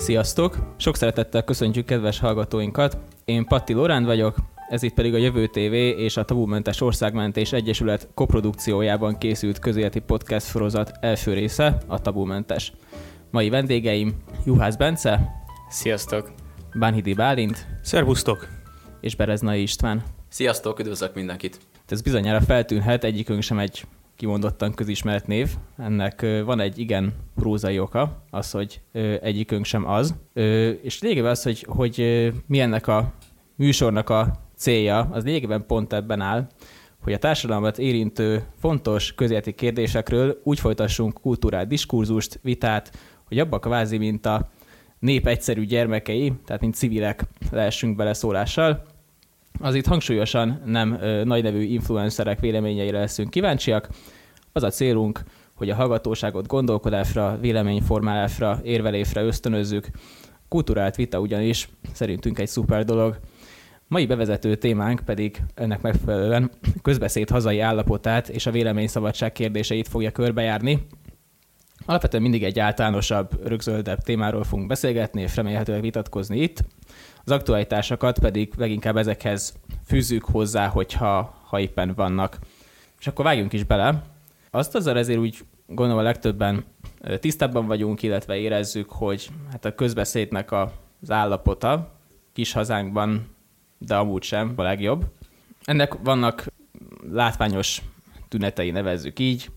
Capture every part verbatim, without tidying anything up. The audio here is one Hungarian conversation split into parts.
Sziasztok! Sok szeretettel köszöntjük kedves hallgatóinkat. Én Patti Lóránd vagyok, ez itt pedig a Jövő té vé és a Tabumentes Országmentés Egyesület koprodukciójában készült közéleti podcast sorozat első része, a Tabumentes. Mai vendégeim Juhász Bence. Sziasztok! Bánhidi Bálint. Szervusztok! És Bereznai István. Sziasztok, üdvözlök mindenkit! Ez bizonyára feltűnhet, egyikünk sem egy kimondottan közismert név. Ennek van egy igen prózai oka, az, hogy egyikünk sem az. És lényegében az, hogy, hogy mi ennek a műsornak a célja, az lényegében pont ebben áll, hogy a társadalmat érintő fontos közéleti kérdésekről úgy folytassunk kulturált diskurzust, vitát, hogy abba kvázi, mint a nép egyszerű gyermekei, tehát mint civilek lehessünk beleszólással. Az itt hangsúlyosan nem ö, nagynevű influencerek véleményeire leszünk kíváncsiak. Az a célunk, hogy a hallgatóságot gondolkodásra, véleményformálásra, érvelésre ösztönözzük. Kulturált vita ugyanis szerintünk egy szuper dolog. Mai bevezető témánk pedig ennek megfelelően közbeszéd hazai állapotát és a véleményszabadság kérdéseit fogja körbejárni. Alapvetően mindig egy általánosabb, rögzöldebb témáról fogunk beszélgetni, és remélhetőleg vitatkozni itt. Az aktualitásokat pedig leginkább ezekhez fűzzük hozzá, hogyha ha éppen vannak. És akkor vágjunk is bele. Azt azzal ezért úgy gondolom a legtöbben tisztában vagyunk, illetve érezzük, hogy hát a közbeszédnek az állapota kis hazánkban, de amúgy sem a legjobb. Ennek vannak látványos tünetei, nevezzük így.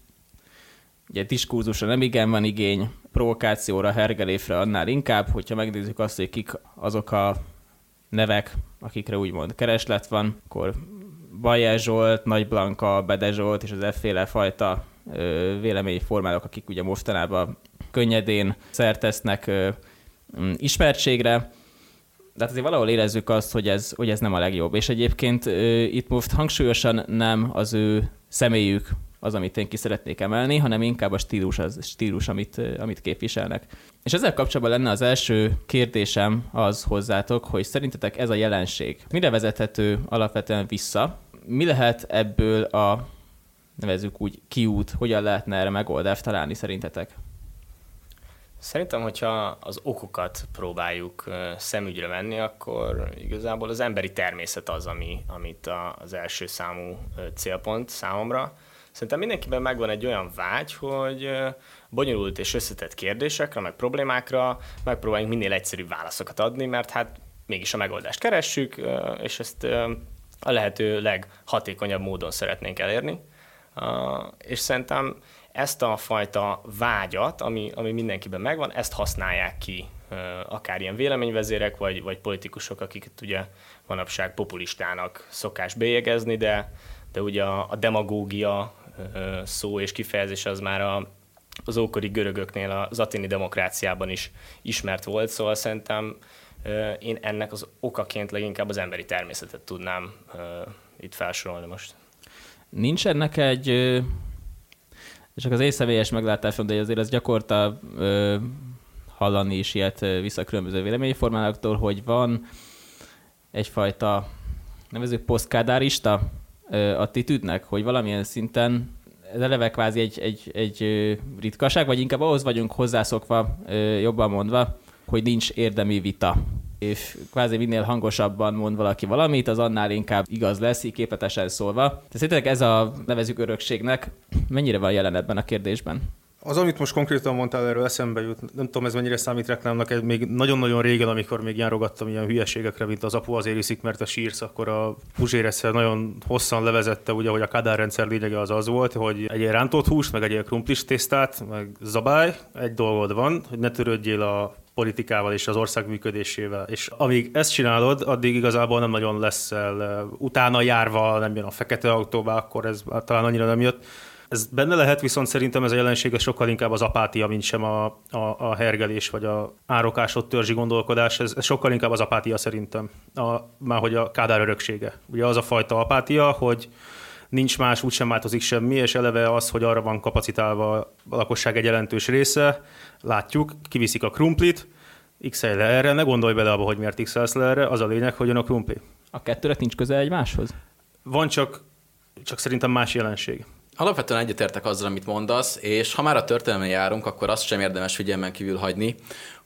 Ugye diskurzusra nem igen van igény, provokációra, hergelésre annál inkább, hogyha megnézzük azt, hogy kik azok a nevek, akikre úgymond kereslet van, akkor Bajer Zsolt, Nagy Blanka, Bede Zsolt és az efféle fajta ö, véleményformálók, akik ugye mostanában könnyedén szertesznek ö, ismertségre, de hát azért valahol érezzük azt, hogy ez, hogy ez nem a legjobb. És egyébként ö, itt most hangsúlyosan nem az ő személyük az, amit én ki szeretnék emelni, hanem inkább a stílus, az stílus amit, amit képviselnek. És ezzel kapcsolatban lenne az első kérdésem az hozzátok, hogy szerintetek ez a jelenség mire vezethető alapvetően vissza? Mi lehet ebből a, nevezzük úgy, kiút, hogyan lehetne erre megoldást találni szerintetek? Szerintem, hogyha az okokat próbáljuk szemügyre venni, akkor igazából az emberi természet az, ami, amit az első számú célpont számomra. Szerintem mindenkiben megvan egy olyan vágy, hogy bonyolult és összetett kérdésekre, meg problémákra megpróbáljunk minél egyszerűbb válaszokat adni, mert hát mégis a megoldást keressük, és ezt a lehető leghatékonyabb módon szeretnénk elérni. És szerintem ezt a fajta vágyat, ami, ami mindenkiben megvan, ezt használják ki akár ilyen véleményvezérek, vagy, vagy politikusok, akiket ugye manapság populistának szokás bélyegezni, de, de ugye a, a demagógia szó és kifejezés az már a, az ókori görögöknél az athéni demokráciában is ismert volt, szóval szerintem én ennek az okaként leginkább az emberi természetet tudnám itt felsorolni most. Nincs ennek egy, csak az én személyes meglátásom, de azért ez gyakorta hallani is ilyet vissza különböző véleményformálóktól, hogy van egyfajta, nevezzük posztkádárista attitűdnek, hogy valamilyen szinten ez eleve kvázi egy, egy, egy ritkaság, vagy inkább ahhoz vagyunk hozzászokva, jobban mondva, hogy nincs érdemi vita. És kvázi minél hangosabban mond valaki valamit, az annál inkább igaz lesz, így képletesen szólva. Tehát szerintetek ez a, nevezzük örökségnek, mennyire van jelen ebben a kérdésben? Az, amit most konkrétan mondtál, erről eszembe jut, nem tudom, ez mennyire számít reklámnak, még nagyon-nagyon régen, amikor még járogattam ilyen hülyeségekre, mint az apu azért iszik, mert a sírsz, akkor a Puzsér egyszer nagyon hosszan levezette, ugye, hogy a Kádár rendszer lényege az az volt, hogy egyél rántott húst, meg egyél krumplis tésztát, meg zabály, egy dolgod van, hogy ne törődjél a politikával és az ország működésével. És amíg ezt csinálod, addig igazából nem nagyon leszel utána járva, nem jön a fekete autóba, akkor ez talán annyira nem jött. Ez benne lehet, viszont szerintem ez a jelenség ez sokkal inkább az apátia, mint sem a, a, a hergelés, vagy a árokásott törzsi gondolkodás. Ez, ez sokkal inkább az apátia szerintem, a, már hogy a Kádár öröksége. Ugye az a fajta apátia, hogy nincs más, úgysem változik semmi, és eleve az, hogy arra van kapacitálva a lakosság egy jelentős része, látjuk, kiviszik a krumplit, x-elj le erre, ne gondolj bele abba, hogy miért x-elsz le erre, az a lényeg, hogy jön a krumpli. A kettőnek nincs köze egymáshoz? Van, csak, csak szerintem más jelenség. Alapvetően egyetértek azzal, amit mondasz, és ha már a történelmen járunk, akkor azt sem érdemes figyelmen kívül hagyni,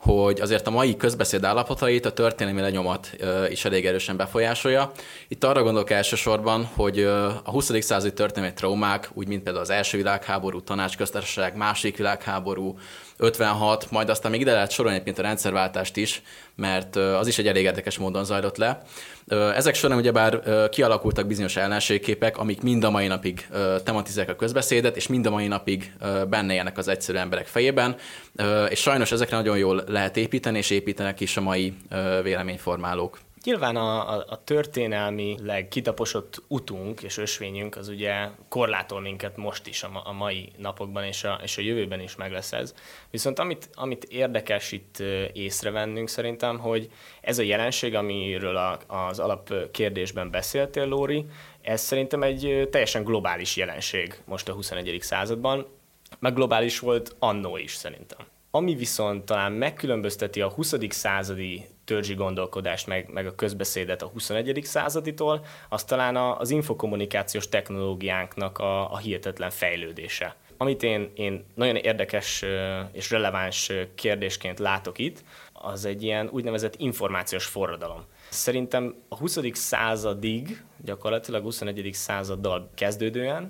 hogy azért a mai közbeszéd állapotait a történelmi lenyomat is elég erősen befolyásolja. Itt arra gondolok elsősorban, hogy a huszadik századi történelmi traumák, úgy mint például az első világháború, tanácsköztársaság, második világháború, ötvenhat, majd aztán még ide lehet sorolni egyébként a rendszerváltást is, mert az is egy elég érdekes módon zajlott le. Ezek során ugyebár kialakultak bizonyos ellenségképek, amik mind a mai napig tematizálják a közbeszédet, és mind a mai napig benne élnek az egyszerű emberek fejében, és sajnos ezekre nagyon jól lehet építeni, és építenek is a mai véleményformálók. Nyilván a, a, a történelmileg kitaposott utunk és ösvényünk az ugye korlátol minket most is a, ma, a mai napokban, és a, és a jövőben is meg lesz ez. Viszont amit, amit érdekes itt észrevennünk szerintem, hogy ez a jelenség, amiről a, az alapkérdésben beszéltél, Lóri, ez szerintem egy teljesen globális jelenség most a huszonegyedik században, meg globális volt annó is szerintem. Ami viszont talán megkülönbözteti a huszadik századi törzsi gondolkodást, meg, meg a közbeszédet a huszonegyedik századitól, az talán az infokommunikációs technológiánknak a, a hihetetlen fejlődése. Amit én, én nagyon érdekes és releváns kérdésként látok itt, az egy ilyen úgynevezett információs forradalom. Szerintem a huszadik századig, gyakorlatilag a huszonegyedik századdal kezdődően,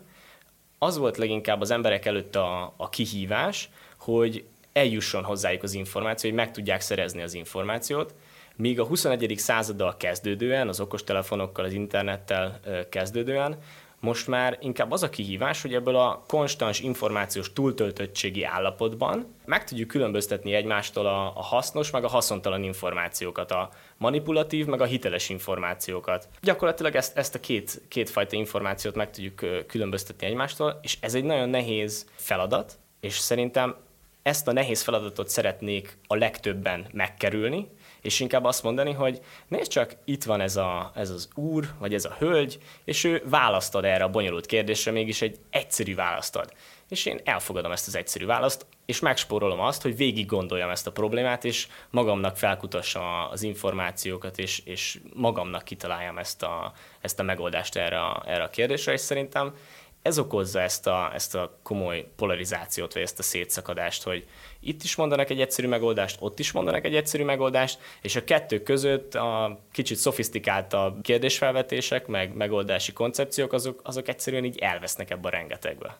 az volt leginkább az emberek előtt a, a kihívás, hogy eljusson hozzájuk az információ, hogy meg tudják szerezni az információt, míg a huszonegyedik századdal kezdődően, az okostelefonokkal, az internettel kezdődően, most már inkább az a kihívás, hogy ebből a konstans információs túltöltöttségi állapotban meg tudjuk különböztetni egymástól a, a hasznos, meg a haszontalan információkat, a manipulatív, meg a hiteles információkat. Gyakorlatilag ezt, ezt a két, kétfajta információt meg tudjuk különböztetni egymástól, és ez egy nagyon nehéz feladat, és szerintem ezt a nehéz feladatot szeretnék a legtöbben megkerülni, és inkább azt mondani, hogy nézd csak, itt van ez, a, ez az úr, vagy ez a hölgy, és ő választad erre a bonyolult kérdésre, mégis egy egyszerű választad. És én elfogadom ezt az egyszerű választ, és megspórolom azt, hogy végig gondoljam ezt a problémát, és magamnak felkutassam az információkat, és, és magamnak kitaláljam ezt a, ezt a megoldást erre a, erre a kérdésre, és szerintem ez okozza ezt a, ezt a komoly polarizációt, vagy ezt a szétszakadást, hogy itt is mondanak egy egyszerű megoldást, ott is mondanak egy egyszerű megoldást, és a kettő között a kicsit szofisztikáltabb kérdésfelvetések, meg megoldási koncepciók, azok, azok egyszerűen így elvesznek ebbe a rengetegbe.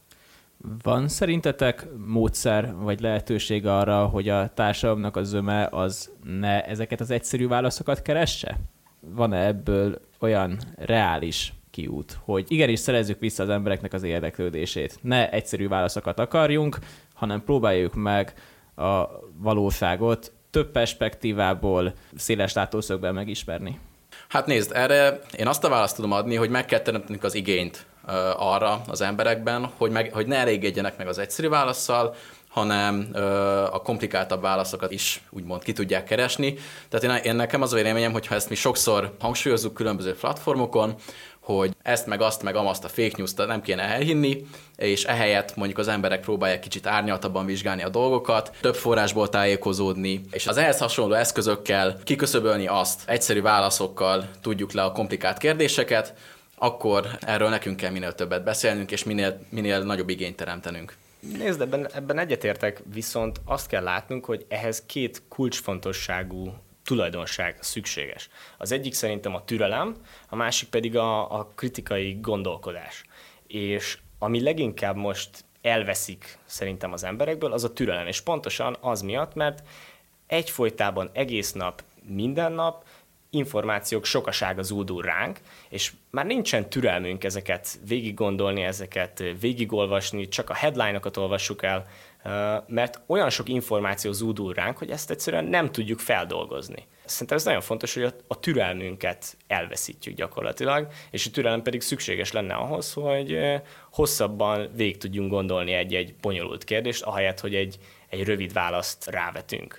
Van szerintetek módszer, vagy lehetőség arra, hogy a társadalomnak a zöme az ne ezeket az egyszerű válaszokat keresse? Van-e ebből olyan reális kiút, hogy igenis szerezzük vissza az embereknek az érdeklődését. Ne egyszerű válaszokat akarjunk, hanem próbáljuk meg a valóságot több perspektívából, széles látószögben megismerni. Hát nézd, erre én azt a választ tudom adni, hogy meg kell teremtenünk az igényt uh, arra az emberekben, hogy, meg, hogy ne elégedjenek meg az egyszerű válasszal, hanem ö, a komplikáltabb válaszokat is úgymond ki tudják keresni. Tehát én, én nekem az a véleményem, hogy ha ezt mi sokszor hangsúlyozzuk különböző platformokon, hogy ezt meg azt meg amazt a fake news-t nem kéne elhinni, és ehelyett mondjuk az emberek próbálják kicsit árnyaltabban vizsgálni a dolgokat, több forrásból tájékozódni, és az ehhez hasonló eszközökkel kiköszöbölni azt, egyszerű válaszokkal tudjuk le a komplikált kérdéseket, akkor erről nekünk kell minél többet beszélnünk, és minél, minél nagyobb igényt teremtenünk. Nézd, ebben, ebben egyetértek, viszont azt kell látnunk, hogy ehhez két kulcsfontosságú tulajdonság szükséges. Az egyik szerintem a türelem, a másik pedig a, a kritikai gondolkodás. És ami leginkább most elveszik szerintem az emberekből, az a türelem. És pontosan az miatt, mert egyfolytában egész nap, minden nap információk sokasága zúdul ránk, és már nincsen türelmünk ezeket végig gondolni, ezeket végigolvasni, csak a headline-okat olvassuk el, mert olyan sok információ zúdul ránk, hogy ezt egyszerűen nem tudjuk feldolgozni. Szerintem ez nagyon fontos, hogy a, a türelmünket elveszítjük gyakorlatilag, és a türelem pedig szükséges lenne ahhoz, hogy hosszabban végig tudjunk gondolni egy-egy bonyolult kérdést, ahelyett, hogy egy, egy rövid választ rávetünk.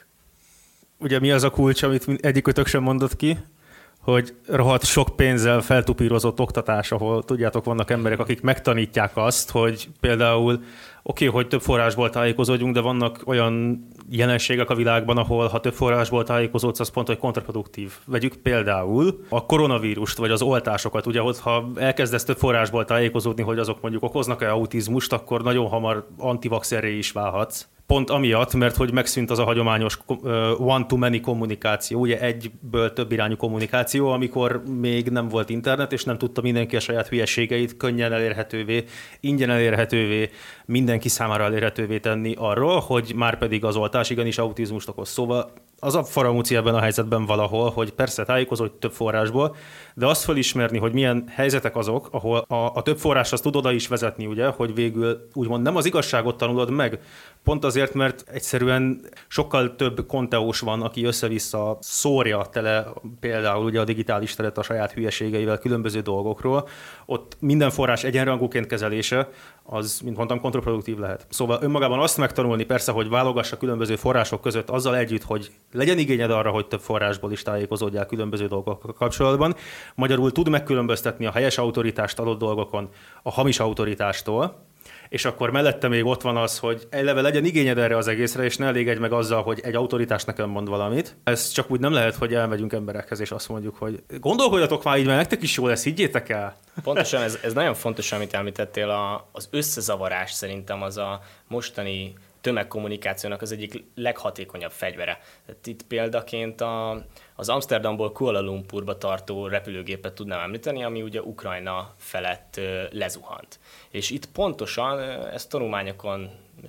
Ugye mi az a kulcs, amit egyikőtök sem mondott ki? Hogy rohadt sok pénzzel feltupírozott oktatás, ahol tudjátok, vannak emberek, akik megtanítják azt, hogy például oké, okay, hogy több forrásból tájékozódjunk, de vannak olyan jelenségek a világban, ahol ha több forrásból tájékozódsz, az pont, hogy kontraproduktív. Vegyük például a koronavírust, vagy az oltásokat. Ugye, ha elkezdesz több forrásból tájékozódni, hogy azok mondjuk okoznak-e autizmust, akkor nagyon hamar antivaxerré is válhatsz. Pont amiatt, mert hogy megszűnt az a hagyományos one-to-many kommunikáció, ugye egyből több irányú kommunikáció, amikor még nem volt internet, és nem tudta mindenki a saját hülyeségeit könnyen elérhetővé, ingyen elérhetővé, mindenki számára elérhetővé tenni arról, hogy már pedig az oltás igenis autizmust okoz. Szóval az a faramúci ebben a helyzetben valahol, hogy persze tájékozódj több forrásból, de azt felismerni, hogy milyen helyzetek azok, ahol a, a több forrás azt tud oda is vezetni, ugye, hogy végül úgymond nem az igazságot tanulod meg, pont azért, mert egyszerűen sokkal több konteós van, aki össze-vissza szórja tele például ugye a digitális teret a saját hülyeségeivel különböző dolgokról. Ott minden forrás egyenrangúként kezelése, az, mint mondtam, kontraproduktív lehet. Szóval önmagában azt megtanulni persze, hogy válogassa különböző források között azzal együtt, hogy legyen igényed arra, hogy több forrásból is tájékozódjál különböző dolgokkal kapcsolatban. Magyarul tud megkülönböztetni a helyes autoritást adott dolgokon a hamis autoritástól, és akkor mellette még ott van az, hogy eleve legyen igényed erre az egészre, és ne elégedj meg azzal, hogy egy autoritás nekem mond valamit. Ez csak úgy nem lehet, hogy elmegyünk emberekhez, és azt mondjuk, hogy gondolkodjatok már így, mert nektek is jó lesz, higgyétek el. Pontosan, ez, ez nagyon fontos, amit említettél, a, az összezavarás szerintem az a mostani tömegkommunikációnak az egyik leghatékonyabb fegyvere. Tehát itt példaként a, az Amsterdamból Kuala Lumpurba tartó repülőgépet tudnám említeni, ami ugye Ukrajna felett lezuhant. És itt pontosan ez tanulmányokon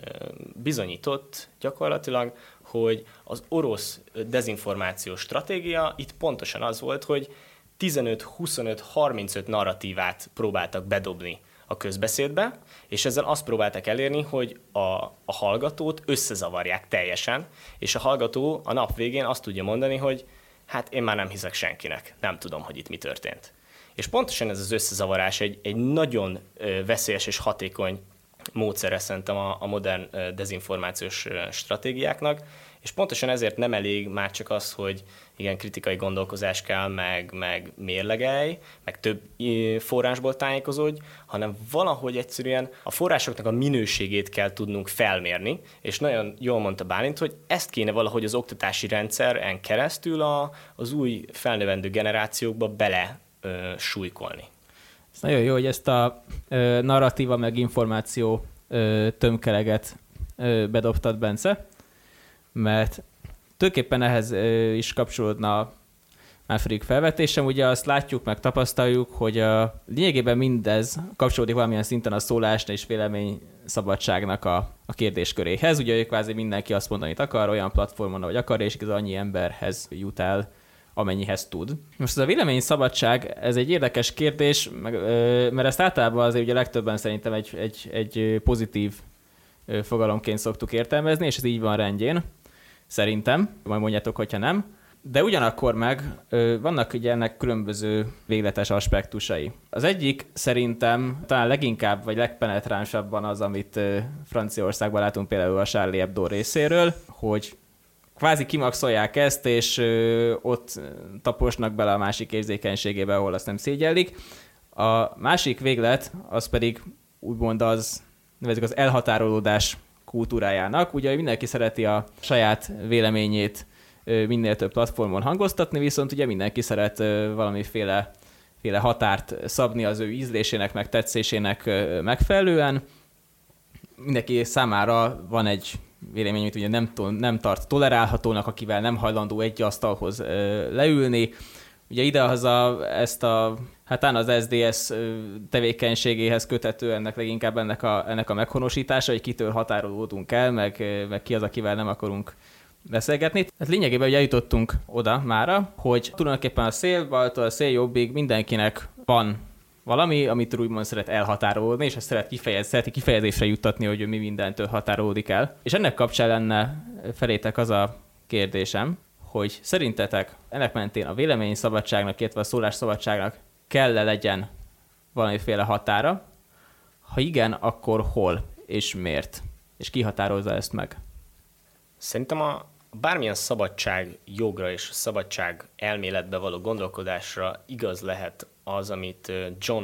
bizonyított gyakorlatilag, hogy az orosz dezinformációs stratégia itt pontosan az volt, hogy tizenöt, huszonöt, harmincöt narratívát próbáltak bedobni a közbeszédbe, és ezzel azt próbálták elérni, hogy a, a hallgatót összezavarják teljesen, és a hallgató a nap végén azt tudja mondani, hogy hát én már nem hiszek senkinek, nem tudom, hogy itt mi történt. És pontosan ez az összezavarás egy, egy nagyon veszélyes és hatékony módszere szerintem a, a modern dezinformációs stratégiáknak, és pontosan ezért nem elég már csak az, hogy igen, kritikai gondolkozás kell, meg, meg mérlegelj, meg több forrásból tájékozódj, hanem valahogy egyszerűen a forrásoknak a minőségét kell tudnunk felmérni, és nagyon jól mondta Bálint, hogy ezt kéne valahogy az oktatási rendszeren keresztül a, az új felnövendő generációkba bele ö, súlykolni. Ez nagyon jó, hogy ezt a ö, narratíva meg információ ö, tömkeleget ö, bedobtad, Bence, mert tulajdonképpen ehhez ö, is kapcsolódna a második felvetésem. Ugye azt látjuk, meg tapasztaljuk, hogy a, lényegében mindez kapcsolódik valamilyen szinten a szólás és vélemény szabadságnak a, a kérdésköréhez. Ugye kvázi mindenki azt mondani, amit akar, olyan platformon, ahogy akar, és igaz annyi emberhez jut el, amennyihez tud. Most ez a vélemény szabadság, ez egy érdekes kérdés, meg, ö, mert ezt általában azért ugye legtöbben szerintem egy, egy, egy pozitív fogalomként szoktuk értelmezni, és ez így van rendjén. Szerintem, majd mondjátok, hogyha nem. De ugyanakkor meg ö, vannak ugye ennek különböző végletes aspektusai. Az egyik szerintem talán leginkább, vagy legpenetránsabban az, amit ö, Franciaországban látunk például a Charlie Hebdo részéről, hogy kvázi kimaxolják ezt, és ö, ott taposnak bele a másik érzékenységébe, ahol azt nem szégyellik. A másik véglet, az pedig úgymond az, nevezzük az elhatárolódás kultúrájának. Ugye mindenki szereti a saját véleményét minél több platformon hangoztatni, viszont ugye mindenki szeret valamiféle féle határt szabni az ő ízlésének, meg tetszésének megfelelően. Mindenki számára van egy vélemény, amit ugye nem, nem tart tolerálhatónak, akivel nem hajlandó egy asztalhoz leülni. Ugye idehaza ezt a, hát az es zé dé es tevékenységéhez köthető ennek leginkább ennek a, ennek a meghonosítása, hogy kitől határolódunk el, meg, meg ki az, akivel nem akarunk beszélgetni. Hát lényegében ugye eljutottunk oda mára, hogy tulajdonképpen a szélbaltól a széljobbig mindenkinek van valami, amit úgymond szeret elhatárolódni, és ezt szeret kifejez, szereti kifejezésre juttatni, hogy mi mindentől határolódik el. És ennek kapcsán lenne felétek az a kérdésem, hogy szerintetek ennek mentén a véleményszabadságnak, illetve a szólásszabadságnak kell-e legyen valamiféle határa? Ha igen, akkor hol és miért? És ki határozza ezt meg? Szerintem a bármilyen szabadság jogra és szabadság elméletbe való gondolkodásra igaz lehet az, amit John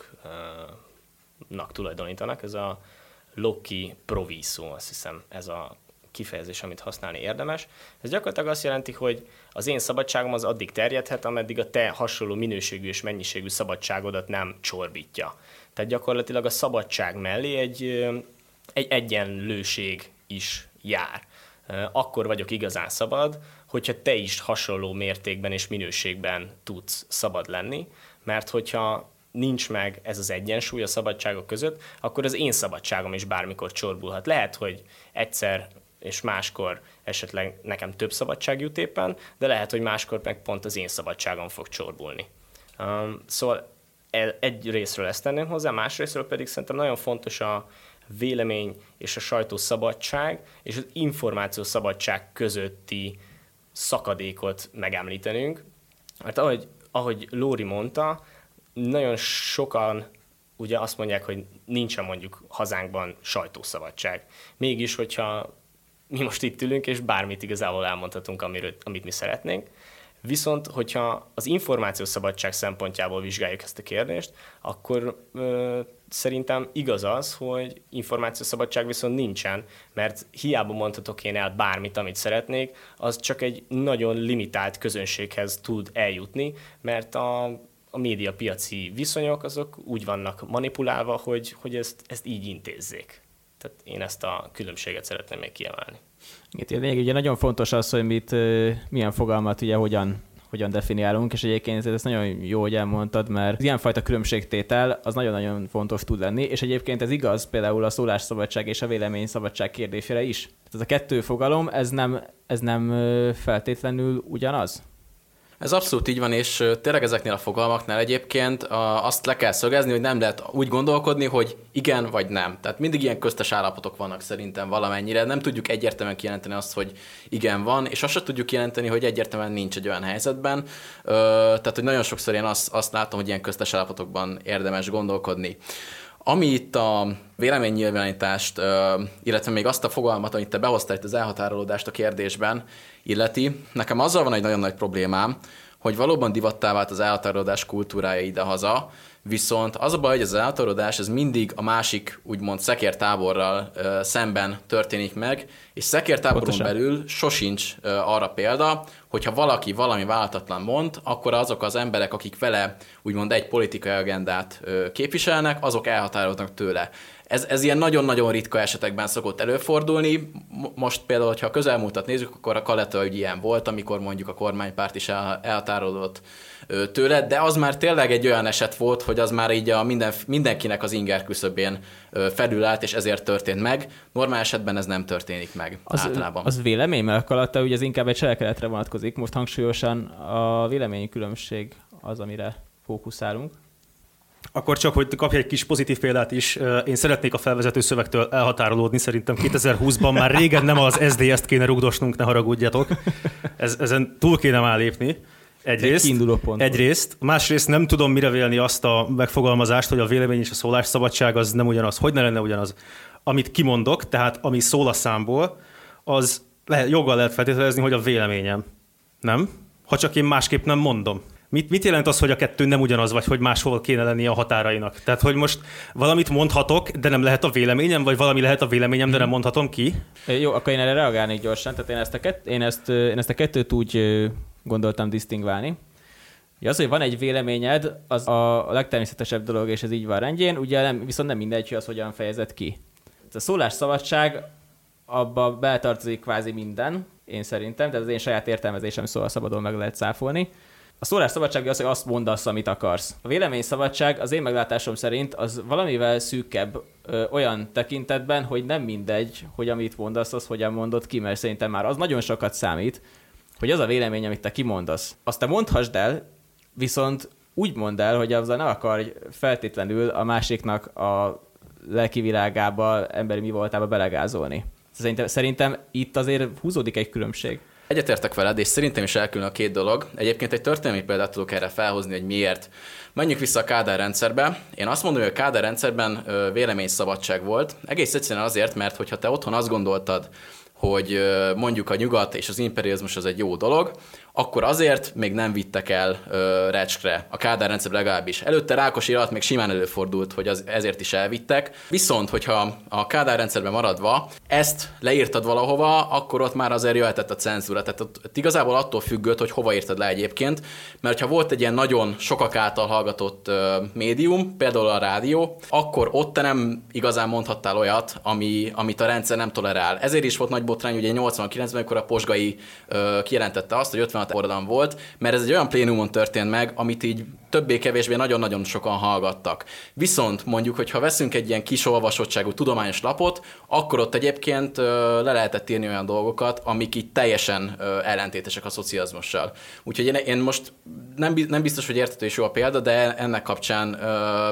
Locke-nak tulajdonítanak. Ez a Locke-i proviso, azt hiszem ez a kifejezés, amit használni érdemes. Ez gyakorlatilag azt jelenti, hogy az én szabadságom az addig terjedhet, ameddig a te hasonló minőségű és mennyiségű szabadságodat nem csorbítja. Tehát gyakorlatilag a szabadság mellé egy, egy egyenlőség is jár. Akkor vagyok igazán szabad, hogyha te is hasonló mértékben és minőségben tudsz szabad lenni, mert hogyha nincs meg ez az egyensúly a szabadságok között, akkor az én szabadságom is bármikor csorbulhat. Lehet, hogy egyszer és máskor esetleg nekem több szabadság jut éppen, de lehet, hogy máskor meg pont az én szabadságom fog csorbulni. Um, szóval egy részről ezt tenném hozzá, más részről pedig szerintem nagyon fontos a vélemény és a sajtó szabadság és az információ szabadság közötti szakadékot megemlítenünk. Mert ahogy, ahogy Lóri mondta, nagyon sokan ugye azt mondják, hogy nincsen mondjuk hazánkban sajtószabadság. Mégis, hogyha mi most itt ülünk, és bármit igazából elmondhatunk, amiről, amit mi szeretnénk. Viszont, hogyha az információszabadság szempontjából vizsgáljuk ezt a kérdést, akkor ö, szerintem igaz az, hogy információszabadság viszont nincsen, mert hiába mondhatok én el bármit, amit szeretnék, az csak egy nagyon limitált közönséghez tud eljutni, mert a, a médiapiaci viszonyok azok úgy vannak manipulálva, hogy, hogy ezt, ezt így intézzék. Tehát én ezt a különbséget szeretném még kiemelni. Igen, még ugye nagyon fontos az, hogy mit, milyen fogalmat ugye hogyan, hogyan definiálunk, és egyébként ez nagyon jó, hogy elmondtad, mert az ilyenfajta különbségtétel az nagyon-nagyon fontos tud lenni, és egyébként ez igaz például a szólásszabadság és a véleményszabadság kérdésére is. Tehát ez a kettő fogalom, ez nem, ez nem feltétlenül ugyanaz? Ez abszolút így van, és tényleg ezeknél a fogalmaknál egyébként azt le kell szögezni, hogy nem lehet úgy gondolkodni, hogy igen vagy nem. Tehát mindig ilyen köztes állapotok vannak szerintem valamennyire. Nem tudjuk egyértelműen kijelenteni azt, hogy igen van, és azt sem tudjuk kijelenteni, hogy egyértelműen nincs egy olyan helyzetben. Tehát, hogy nagyon sokszor én azt, azt látom, hogy ilyen köztes állapotokban érdemes gondolkodni. Ami itt a véleménynyilvánítást, illetve még azt a fogalmat, amit te behoztál itt az elhatárolódást a kérdésben illeti, nekem azzal van egy nagyon nagy problémám, hogy valóban divattá vált az elhatárolódás kultúrája idehaza, viszont az a baj, hogy az elhatárolódás ez mindig a másik, úgymond szekértáborral ö, szemben történik meg, és szekértáboron Pontosan. belül sosincs ö, arra példa, hogyha valaki valami vállalatlan mond, akkor azok az emberek, akik vele úgymond egy politikai agendát ö, képviselnek, azok elhatárolódnak tőle. Ez, ez ilyen nagyon-nagyon ritka esetekben szokott előfordulni. Most például, hogyha a közelmúltat nézzük, akkor a Kaleta ügy ilyen volt, amikor mondjuk a kormánypárt is el, elhatárolódott tőle, de az már tényleg egy olyan eset volt, hogy az már így a minden, mindenkinek az inger küszöbén felülállt, és ezért történt meg. Normál esetben ez nem történik meg az, általában. Az vélemény, mert a Kaleta ügy az inkább egy cselekedetre vonatkozik. Most hangsúlyosan a véleményi különbség az, amire fókuszálunk. Akkor csak, hogy kapj egy kis pozitív példát is, én szeretnék a felvezető szövegtől elhatárolódni, szerintem kétezer-húszban már régen nem az es dé es-t kéne rugdosnunk, ne haragudjatok. Ez, ezen túl kéne már lépni. Egyrészt, egyrészt, másrészt nem tudom mire vélni azt a megfogalmazást, hogy a vélemény és a szólásszabadság az nem ugyanaz. Hogy ne lenne ugyanaz? Amit kimondok, tehát ami szól a számból, az lehet, joggal lehet feltételezni, hogy a véleményem. Nem? Ha csak én másképp nem mondom. Mit, mit jelent az, hogy a kettő nem ugyanaz, vagy hogy máshol kéne lennie a határainak? Tehát, hogy most valamit mondhatok, de nem lehet a véleményem, vagy valami lehet a véleményem, de nem mondhatom ki? Jó, akkor én erre reagálnék gyorsan. Tehát én ezt a, kett, én ezt, én ezt a kettőt úgy gondoltam disztingválni. Az, hogy van egy véleményed, az a legtermészetesebb dolog, és ez így van rendjén, ugye nem, viszont nem mindegy, hogy az hogyan fejezed ki. A szólásszabadság, abba beletartozik kvázi minden, én szerintem, de az én saját értelmezésem, szóval szabadon meg lehet cáfolni. A szólásszabadság az, hogy azt mondasz, amit akarsz. A véleményszabadság az én meglátásom szerint az valamivel szűkebb ö, olyan tekintetben, hogy nem mindegy, hogy amit mondasz, az hogyan mondod ki, mert szerintem már az nagyon sokat számít, hogy az a vélemény, amit te kimondasz, azt te mondhassd el, viszont úgy mondd el, hogy azzal ne akarj feltétlenül a másiknak a lelki világába, emberi mi voltába belegázolni. Szerintem, szerintem itt azért húzódik egy különbség. Egyetértek veled, és szerintem is elkülön a két dolog. Egyébként egy történelmi példát tudok erre felhozni, hogy miért. Menjünk vissza a Kádár rendszerbe. Én azt mondom, hogy a Kádár rendszerben véleményszabadság volt. Egész egyszerűen azért, mert hogyha te otthon azt gondoltad, hogy mondjuk a nyugat és az imperializmus az egy jó dolog, akkor azért még nem vittek el ö, Recskre, a Kádár rendszer legalábbis. Előtte Rákosi alatt még simán előfordult, hogy az, ezért is elvittek. Viszont, hogyha a Kádár rendszerben maradva ezt leírtad valahova, akkor ott már azért jöhetett a cenzúra. Tehát ott, ott igazából attól függött, hogy hova írtad le egyébként, mert ha volt egy ilyen nagyon sokak által hallgatott ö, médium, például a rádió, akkor ott te nem igazán mondhattál olyat, ami, amit a rendszer nem tolerál. Ezért is volt nagy botrány, ugye nyolcvankilencben, amikor a Posgai ö, kijelentette azt, hogy ötvenhat forradalom volt, mert ez egy olyan plénumon történt meg, amit így többé-kevésbé nagyon-nagyon sokan hallgattak. Viszont mondjuk, hogyha veszünk egy ilyen kis olvasottságú tudományos lapot, akkor ott egyébként ö, le lehetett írni olyan dolgokat, amik így teljesen ö, ellentétesek a szocializmussal. Úgyhogy én, én most nem, nem biztos, hogy érthető és jó a példa, de ennek kapcsán ö,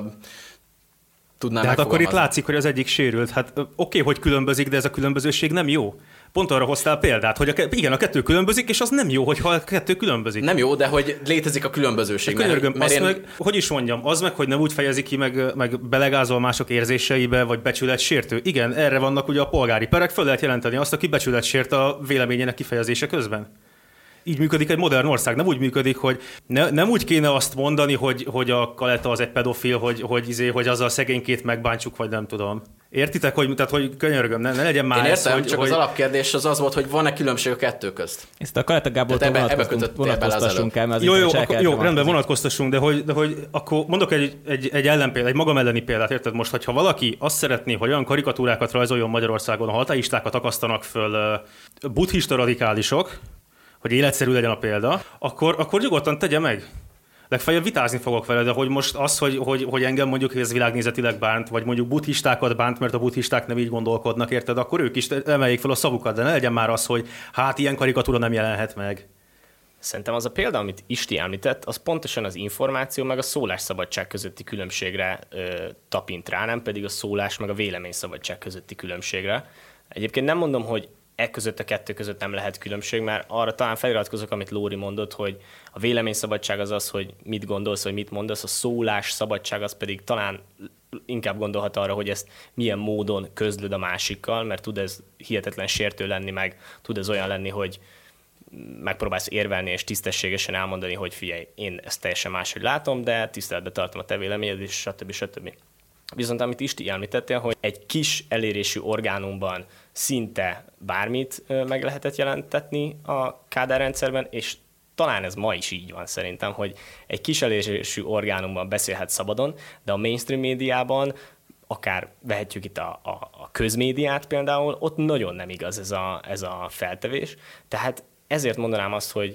tudnám. De hát akkor itt látszik, hogy az egyik sérült. Hát oké, okay, hogy különbözik, de ez a különbözőség nem jó. Pont arra hoztál példát, hogy a, igen, a kettő különbözik, és az nem jó, hogyha a kettő különbözik. Nem jó, de hogy létezik a különbözőség. Könyörgöm, mert, mert én... meg, hogy is mondjam, az meg, hogy nem úgy fejezi ki, meg, meg belegázol mások érzéseibe, vagy becsületsértő. Igen, erre vannak ugye a polgári perek, föl lehet jelenteni azt, aki becsületsért a véleményének kifejezése közben. Így működik egy modern ország. Nem úgy működik, hogy ne, nem úgy kéne azt mondani, hogy, hogy a Kaleta az egy pedofil, hogy, hogy, izé, hogy azzal szegénykét megbántsuk, vagy nem tudom. Értitek, hogy, tehát, hogy könyörgöm, ne, ne legyen már. Én értem, hogy, csak hogy... az alapkérdés az az volt, hogy van-e különbség a kettő közt. Ezt a Kaleta Gábortól vonatkoztassunk el, mert jó, jó, akkor, jó rendben, vonatkoztassunk, de hogy, de hogy akkor mondok egy, egy, egy ellenpéldát, egy magam elleni példát, érted most, hogyha valaki azt szeretné, hogy olyan karikatúrákat rajzoljon Magyarországon, ahol ateistákat akasztanak föl buddhista radikálisok, hogy életszerű legyen a példa, akkor, akkor nyugodtan tegye meg. Legfeljebb vitázni fogok vele, de hogy most az, hogy, hogy, hogy engem mondjuk ez világnézetileg bánt, vagy mondjuk buddhistákat bánt, mert a buddhisták nem így gondolkodnak, érted, akkor ők is emeljék fel a szavukat, de ne legyen már az, hogy hát ilyen karikatúra nem jelenhet meg. Szerintem az a példa, amit Isti említett, az pontosan az információ meg a szólásszabadság közötti különbségre ö, tapint rá, nem pedig a szólás meg a véleményszabadság közötti különbségre. Egyébként nem mondom, hogy e között a kettő között nem lehet különbség, mert arra talán feliratkozok, amit Lóri mondott, hogy a véleményszabadság az az, hogy mit gondolsz, vagy mit mondasz, a szólás szabadság az pedig talán inkább gondolhat arra, hogy ezt milyen módon közlöd a másikkal, mert tud ez hihetetlen sértő lenni, meg tud ez olyan lenni, hogy megpróbálsz érvelni és tisztességesen elmondani, hogy figyelj, én ezt teljesen máshogy látom, de tiszteletben tartom a te véleményed, és stb. stb. Viszont amit Isti említettél, hogy egy kis elérésű orgánumban szinte bármit meg lehetett jelentetni a Kádár rendszerben, és talán ez ma is így van szerintem, hogy egy kis elérésű orgánumban beszélhet szabadon, de a mainstream médiában, akár vehetjük itt a, a, a közmédiát például, ott nagyon nem igaz ez a, ez a feltevés. Tehát ezért mondanám azt, hogy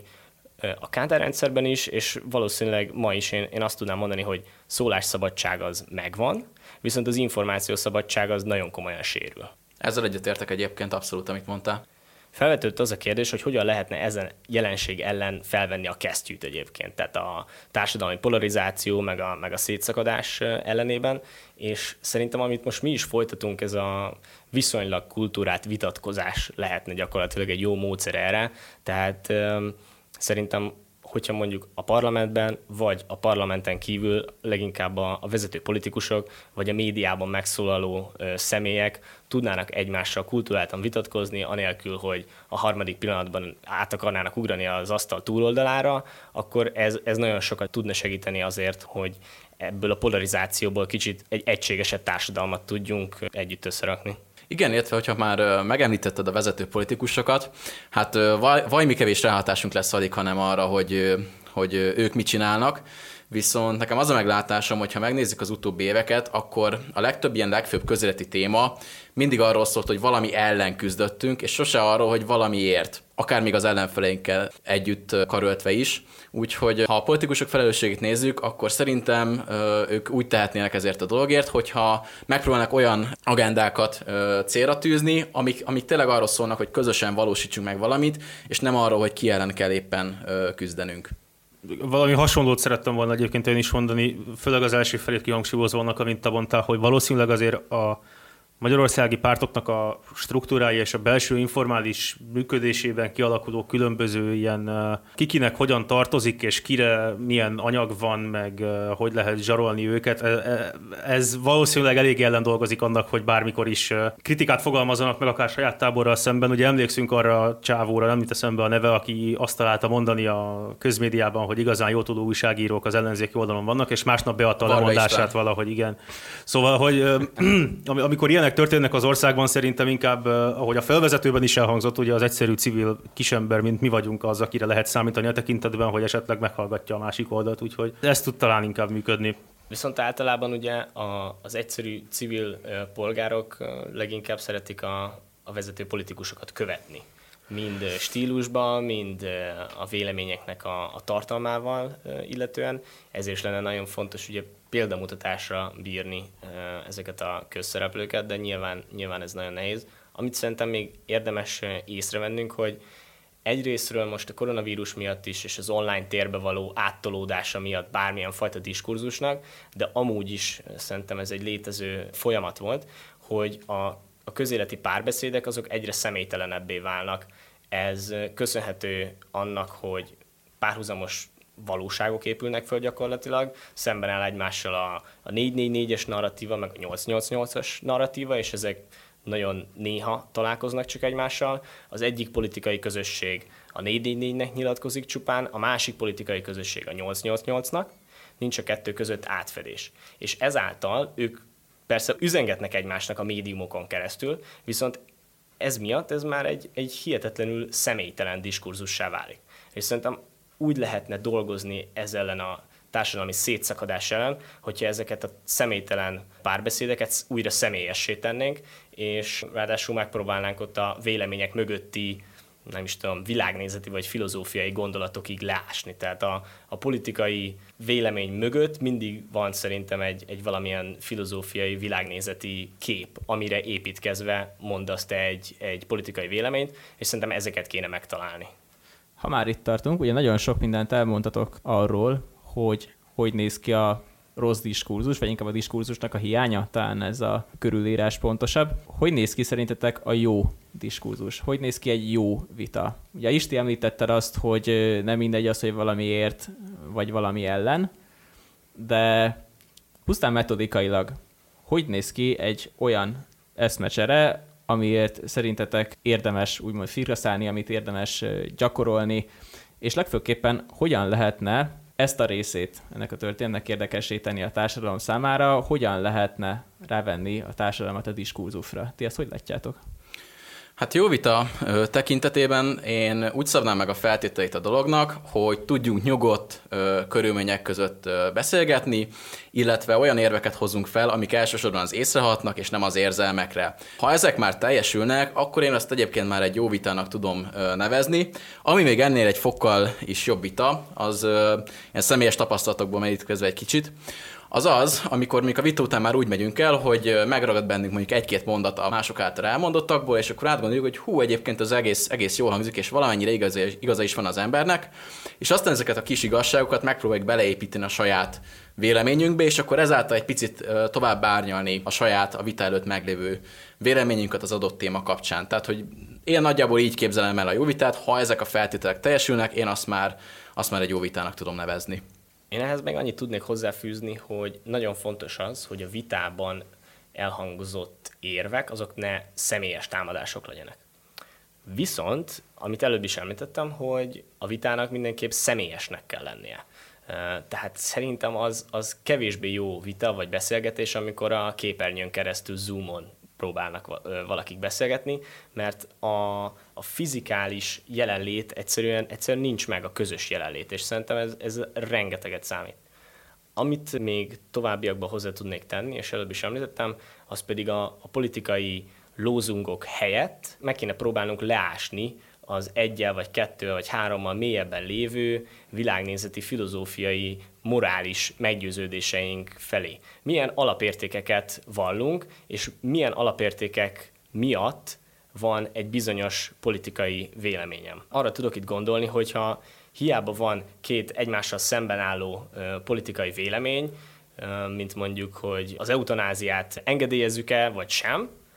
a Kádár rendszerben is, és valószínűleg ma is én, én azt tudnám mondani, hogy szólásszabadság az megvan, viszont az információszabadság az nagyon komolyan sérül. Ezzel egyetértek egyébként abszolút, amit mondtál. Felvetődött az a kérdés, hogy hogyan lehetne ezen jelenség ellen felvenni a kesztyűt egyébként, tehát a társadalmi polarizáció, meg a, meg a szétszakadás ellenében, és szerintem amit most mi is folytatunk, ez a viszonylag kultúrát vitatkozás lehetne gyakorlatilag egy jó módszer erre, tehát szerintem, hogyha mondjuk a parlamentben, vagy a parlamenten kívül leginkább a, a vezető politikusok, vagy a médiában megszólaló ö, személyek tudnának egymással kulturáltan vitatkozni, anélkül, hogy a harmadik pillanatban át akarnának ugrani az asztal túloldalára, akkor ez, ez nagyon sokat tudna segíteni azért, hogy ebből a polarizációból kicsit egy egységesebb társadalmat tudjunk együtt összerakni. Igen, illetve, hogyha már megemlítetted a vezető politikusokat, hát valami kevés ráhatásunk lesz alig, hanem arra, hogy, hogy ők mit csinálnak. Viszont nekem az a meglátásom, hogy ha megnézzük az utóbbi éveket, akkor a legtöbb ilyen legfőbb közéleti téma mindig arról szólt, hogy valami ellen küzdöttünk, és sose arról, hogy valamiért, akár még az ellenfeleinkkel együtt karöltve is. Úgyhogy ha a politikusok felelősségét nézzük, akkor szerintem ö, ők úgy tehetnének ezért a dologért, hogyha megpróbálnak olyan agendákat ö, célra tűzni, amik, amik tényleg arról szólnak, hogy közösen valósítsunk meg valamit, és nem arról, hogy ki ellen kell éppen ö, küzdenünk. Valami hasonlót szerettem volna egyébként én is mondani, főleg az első felét kihangsúlyozva annak, amint te mondtál, hogy valószínűleg azért a magyarországi pártoknak a struktúrája és a belső informális működésében kialakuló különböző ilyen kikinek hogyan tartozik, és kire milyen anyag van, meg hogy lehet zsarolni őket, ez valószínűleg elég ellen dolgozik annak, hogy bármikor is kritikát fogalmazzanak meg akár saját táborral szemben. Ugye emlékszünk arra a csávóra, nem jut eszembe a neve, aki azt találta mondani a közmédiában, hogy igazán jó tudó újságírók az ellenzéki oldalon vannak, és másnap beadta a lemondását valahogy, igen. Szóval, hogy amikor ilyenek történnek az országban, szerintem inkább, ahogy a felvezetőben is elhangzott, ugye az egyszerű civil kisember, mint mi vagyunk, az, akire lehet számítani a tekintetben, hogy esetleg meghallgatja a másik oldalt, úgyhogy ez tud talán inkább működni. Viszont általában ugye a, az egyszerű civil polgárok leginkább szeretik a, a vezető politikusokat követni. Mind stílusban, mind a véleményeknek a, a tartalmával illetően. Ezért is lenne nagyon fontos ugye példamutatásra bírni ezeket a közszereplőket, de nyilván, nyilván ez nagyon nehéz. Amit szerintem még érdemes észrevennünk, hogy egyrésztről most a koronavírus miatt is, és az online térbe való áttolódása miatt bármilyen fajta diskurzusnak, de amúgy is szerintem ez egy létező folyamat volt, hogy a, a közéleti párbeszédek azok egyre személytelenebbé válnak. Ez köszönhető annak, hogy párhuzamos valóságok épülnek föl gyakorlatilag, szemben áll egymással a, a négy négy négyes narratíva, meg a nyolc nyolc nyolcas narratíva, és ezek nagyon néha találkoznak csak egymással. Az egyik politikai közösség a négy négy négynek nyilatkozik csupán, a másik politikai közösség a nyolc nyolc nyolcnak, nincs a kettő között átfedés. És ezáltal ők persze üzengetnek egymásnak a médiumokon keresztül, viszont ez miatt ez már egy, egy hihetetlenül személytelen diskurzussá válik. És szerintem úgy lehetne dolgozni ezzel ellen a társadalmi szétszakadás ellen, hogyha ezeket a személytelen párbeszédeket újra személyessé tennénk, és ráadásul megpróbálnánk ott a vélemények mögötti, nem is tudom, világnézeti vagy filozófiai gondolatokig leásni. Tehát a, a politikai vélemény mögött mindig van szerintem egy, egy valamilyen filozófiai, világnézeti kép, amire építkezve mondasz te egy, egy politikai véleményt, és szerintem ezeket kéne megtalálni. Ha már itt tartunk, ugye nagyon sok mindent elmondtatok arról, hogy hogy néz ki a rossz diskurzus, vagy inkább a diskurzusnak a hiánya, talán ez a körülírás pontosabb. Hogy néz ki szerintetek a jó diskurzus? Hogy néz ki egy jó vita? Ugye Isti említetted azt, hogy nem mindegy az, hogy valamiért, vagy valami ellen, de pusztán metodikailag hogy néz ki egy olyan eszmecsere, amiért szerintetek érdemes úgymond firkaszálni, amit érdemes gyakorolni, és legfőképpen hogyan lehetne ezt a részét ennek a történetnek érdekessé tenni a társadalom számára, hogyan lehetne rávenni a társadalmat a diskurzusra? Ti ezt hogy látjátok? Hát jó vita tekintetében én úgy szabnám meg a feltételeit a dolognak, hogy tudjunk nyugodt körülmények között beszélgetni, illetve olyan érveket hozzunk fel, amik elsősorban az észre hatnak, és nem az érzelmekre. Ha ezek már teljesülnek, akkor én ezt egyébként már egy jó vitának tudom nevezni. Ami még ennél egy fokkal is jobb vita, az ilyen személyes tapasztalatokból merítkezve egy kicsit, az az, amikor még a vita után már úgy megyünk el, hogy megragad bennünk mondjuk egy-két mondat a mások által elmondottakból, és akkor átgondoljuk, hogy hú, egyébként az egész, egész jól hangzik, és valamennyire igaza, igaza is van az embernek, és aztán ezeket a kis igazságokat megpróbáljuk beleépíteni a saját véleményünkbe, és akkor ezáltal egy picit tovább árnyalni a saját, a vita előtt meglévő véleményünket az adott téma kapcsán. Tehát, hogy én nagyjából így képzelem el a jó vitát, ha ezek a feltételek teljesülnek, én azt már, azt már egy jó vitának tudom nevezni. Én ehhez még annyit tudnék hozzáfűzni, hogy nagyon fontos az, hogy a vitában elhangzott érvek, azok ne személyes támadások legyenek. Viszont, amit előbb is említettem, hogy a vitának mindenképp személyesnek kell lennie. Tehát szerintem az, az kevésbé jó vita vagy beszélgetés, amikor a képernyőn keresztül Zoomon próbálnak valakik beszélgetni, mert a, a fizikális jelenlét egyszerűen, egyszerűen nincs meg a közös jelenlét, és szerintem ez, ez rengeteget számít. Amit még továbbiakban hozzá tudnék tenni, és előbb is említettem, az pedig a, a politikai lózungok helyett meg kéne próbálnunk leásni az egyel, vagy kettővel, vagy hárommal mélyebben lévő világnézeti, filozófiai, morális meggyőződéseink felé. Milyen alapértékeket vallunk, és milyen alapértékek miatt van egy bizonyos politikai véleményem. Arra tudok itt gondolni, hogyha hiába van két egymással szemben álló politikai vélemény, mint mondjuk, hogy az eutanáziát engedélyezzük-e, vagy sem,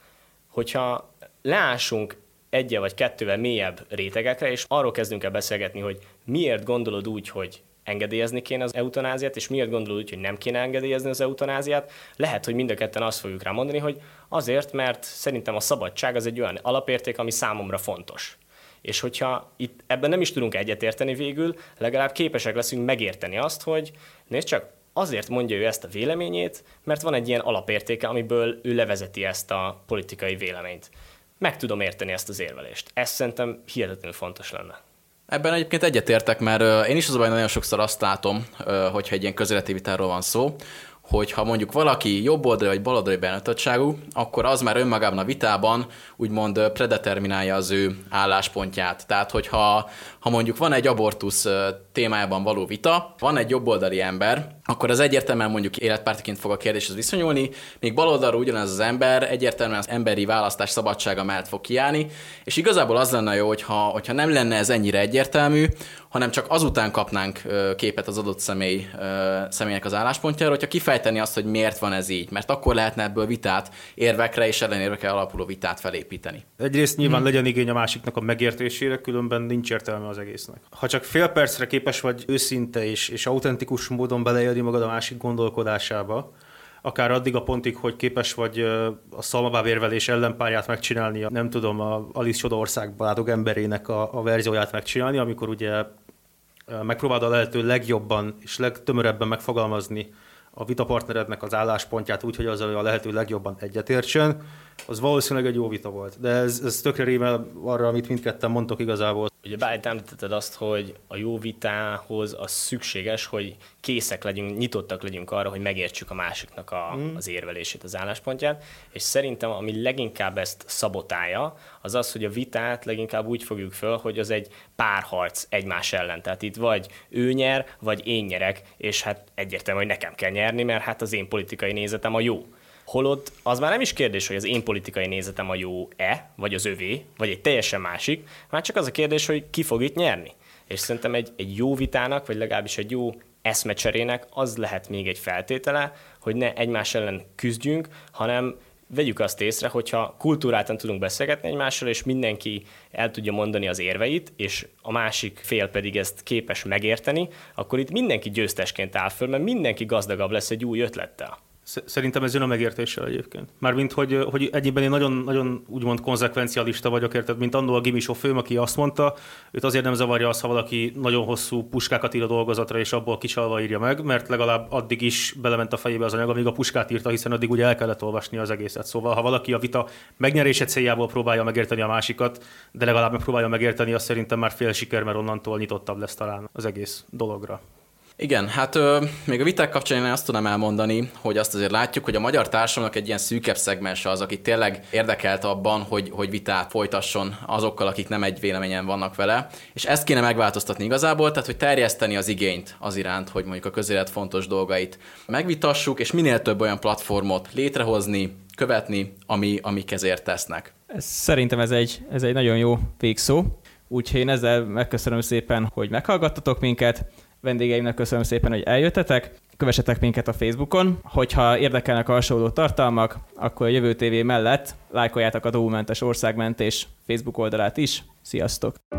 Hogyha leásunk egyel vagy kettővel mélyebb rétegekre, és arról kezdünk el beszélgetni, hogy miért gondolod úgy, hogy engedélyezni kéne az eutanáziát, és miért gondolod úgy, hogy nem kéne engedélyezni az eutanáziát, lehet, hogy mind a ketten azt fogjuk rá mondani, hogy azért, mert szerintem a szabadság az egy olyan alapérték, ami számomra fontos. És hogyha itt ebben nem is tudunk egyetérteni végül, legalább képesek leszünk megérteni azt, hogy nézd csak, azért mondja ő ezt a véleményét, mert van egy ilyen alapértéke, amiből ő levezeti ezt a politikai véleményt. Meg tudom érteni ezt az érvelést. Ez szerintem hihetetlenül fontos lenne. Ebben egyébként egyetértek, mert én is az a baj, nagyon sokszor azt látom, hogyha egy ilyen közéleti vitáról van szó, hogy ha mondjuk valaki jobboldali vagy baloldali beállítottságú, akkor az már önmagában a vitában úgymond predeterminálja az ő álláspontját. Tehát, hogyha ha mondjuk van egy abortusz témájában való vita, van egy jobboldali ember, akkor az egyértelműen mondjuk életpártiként fog a kérdéshez viszonyulni, míg baloldalról ugyanez az ember egyértelműen az emberi választás szabadsága mellett fog kiállni, és igazából az lenne jó, hogyha, hogyha nem lenne ez ennyire egyértelmű, hanem csak azután kapnánk képet az adott személy, személynek az álláspontjáról, hogyha kifejteni azt, hogy miért van ez így, mert akkor lehetne ebből vitát, érvekre és ellenérvekre alapuló vitát felépíteni. Egyrészt nyilván hmm. legyen igény a másiknak a megértésére, különben nincs értelme az egésznek. Ha csak fél percre képes vagy őszinte és, és autentikus módon beleélni magad a másik gondolkodásába, akár addig a pontig, hogy képes vagy a szalmabábérvelés ellenpárját megcsinálni, nem tudom, a Alice Csodaországban látog emberének a, a verzióját megcsinálni, amikor ugye megpróbálod a lehető legjobban és legtömörebben megfogalmazni a vitapartnerednek az álláspontját úgy, hogy azzal a lehető legjobban egyetértsen, az valószínűleg egy jó vita volt. De ez, ez tökre rímel arra, amit mindketten mondtok igazából. Ugye bár említetted azt, hogy a jó vitához az szükséges, hogy készek legyünk, nyitottak legyünk arra, hogy megértsük a másiknak a, mm. az érvelését, az álláspontját, és szerintem ami leginkább ezt szabotálja, az az, hogy a vitát leginkább úgy fogjuk föl, hogy az egy párharc egymás ellen. Tehát itt vagy ő nyer, vagy én nyerek, és hát egyértelmű, hogy nekem kell nyerni, mert hát az én politikai nézetem a jó. Holott az már nem is kérdés, hogy az én politikai nézetem a jó-e, vagy az övé, vagy egy teljesen másik, már csak az a kérdés, hogy ki fog itt nyerni. És szerintem egy, egy jó vitának, vagy legalábbis egy jó eszmecserének az lehet még egy feltétele, hogy ne egymás ellen küzdjünk, hanem vegyük azt észre, hogyha kultúráltan tudunk beszélgetni egymással, és mindenki el tudja mondani az érveit, és a másik fél pedig ezt képes megérteni, akkor itt mindenki győztesként áll föl, mert mindenki gazdagabb lesz egy új ötlettel. Szerintem ez jön a megértéssel egyébként. Mármint, hogy, hogy egyébben én nagyon, nagyon úgymond konzekvencialista vagyok, érted, mint annól a Gimi sofőm, aki azt mondta, őt azért nem zavarja az, ha valaki nagyon hosszú puskákat ír a dolgozatra, és abból kicsalva írja meg, mert legalább addig is belement a fejébe az anyag, amíg a puskát írta, hiszen addig ugye el kellett olvasni az egészet. Szóval, ha valaki a vita megnyerése céljából próbálja megérteni a másikat, de legalább megpróbálja megérteni, az szerintem már fél siker, mert onnantól nyitottabb lesz talán az egész dologra. Igen, hát ö, még a viták kapcsán én azt tudom elmondani, hogy azt azért látjuk, hogy a magyar társadalomnak egy ilyen szűkebb szegmense az, aki tényleg érdekelt abban, hogy, hogy vitát folytasson azokkal, akik nem egy véleményen vannak vele, és ezt kéne megváltoztatni igazából, tehát hogy terjeszteni az igényt az iránt, hogy mondjuk a közélet fontos dolgait megvitassuk, és minél több olyan platformot létrehozni, követni, ami, amik ezért tesznek. Szerintem ez egy, ez egy nagyon jó végszó, úgyhogy én ezzel megköszönöm szépen, hogy meghallgattatok minket. Vendégeimnek köszönöm szépen, hogy eljöttetek. Kövessetek minket a Facebookon. Hogyha érdekelnek a hasonló tartalmak, akkor a Jövő té vé mellett lájkoljátok a Dómumentes Országmentés Facebook oldalát is. Sziasztok!